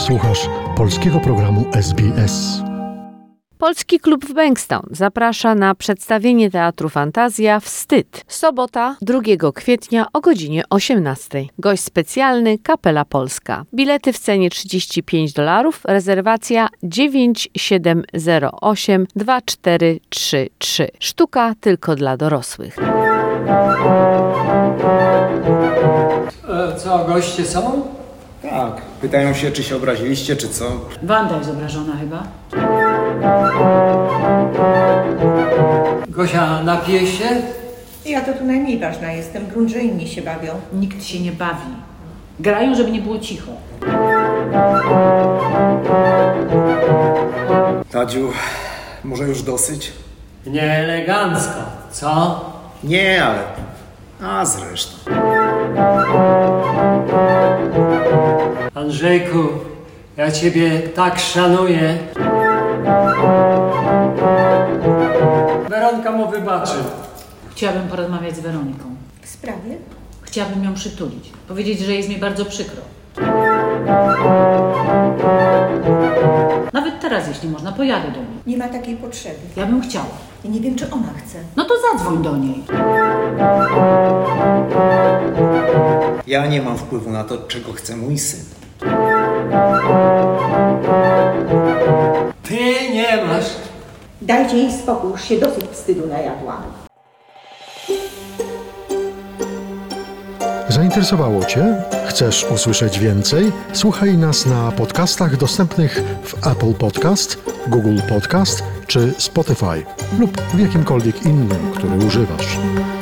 Słuchasz polskiego programu SBS. Polski Klub w Bankstown zaprasza na przedstawienie teatru Fantazja Wstyd. Sobota, 2 kwietnia o godzinie 18. Gość specjalny Kapela Polska. Bilety w cenie $35, rezerwacja 9708 2433. Sztuka tylko dla dorosłych. Co, goście są? Tak. Pytają się, czy się obraziliście, czy co. Wanda jest obrażona chyba. Gosia, napije się? Ja to tu najmniej ważna jestem. Grunt, że inni się bawią. Nikt się nie bawi. Grają, żeby nie było cicho. Tadziu, może już dosyć? Nieelegancko, co? Nie, ale... A zresztą. Andrzejku, ja ciebie tak szanuję. Weronka mu wybaczy. Chciałabym porozmawiać z Weroniką. W sprawie? Chciałabym ją przytulić. Powiedzieć, że jest mi bardzo przykro. Nawet teraz, jeśli można, pojadę do niej. Nie ma takiej potrzeby. Ja bym chciała. Ja nie wiem, czy ona chce. No to zadzwoń do niej. Ja nie mam wpływu na to, czego chce mój syn. Ty nie masz. Dajcie jej spokój, już się dosyć wstydu najadła. Zainteresowało Cię? Chcesz usłyszeć więcej? Słuchaj nas na podcastach dostępnych w Apple Podcast, Google Podcast czy Spotify lub w jakimkolwiek innym, który używasz.